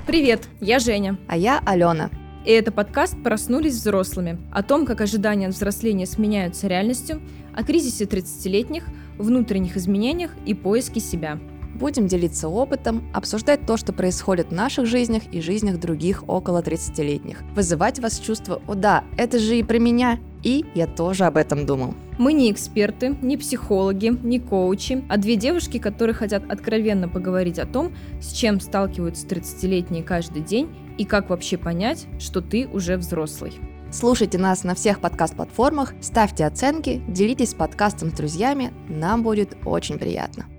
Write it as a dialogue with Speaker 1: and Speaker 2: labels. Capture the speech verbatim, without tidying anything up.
Speaker 1: Привет, я Женя.
Speaker 2: А я Алена.
Speaker 1: И это подкаст «Проснулись взрослыми» о том, как ожидания от взросления сменяются реальностью, о кризисе тридцатилетних, внутренних изменениях и поиске себя.
Speaker 2: Будем делиться опытом, обсуждать то, что происходит в наших жизнях и жизнях других около тридцатилетних. Вызывать в вас чувство «О да, это же и про меня!» И я тоже об этом думал.
Speaker 1: Мы не эксперты, не психологи, не коучи, а две девушки, которые хотят откровенно поговорить о том, с чем сталкиваются тридцатилетние каждый день и как вообще понять, что ты уже взрослый.
Speaker 2: Слушайте нас на всех подкаст-платформах, ставьте оценки, делитесь подкастом с друзьями, нам будет очень приятно.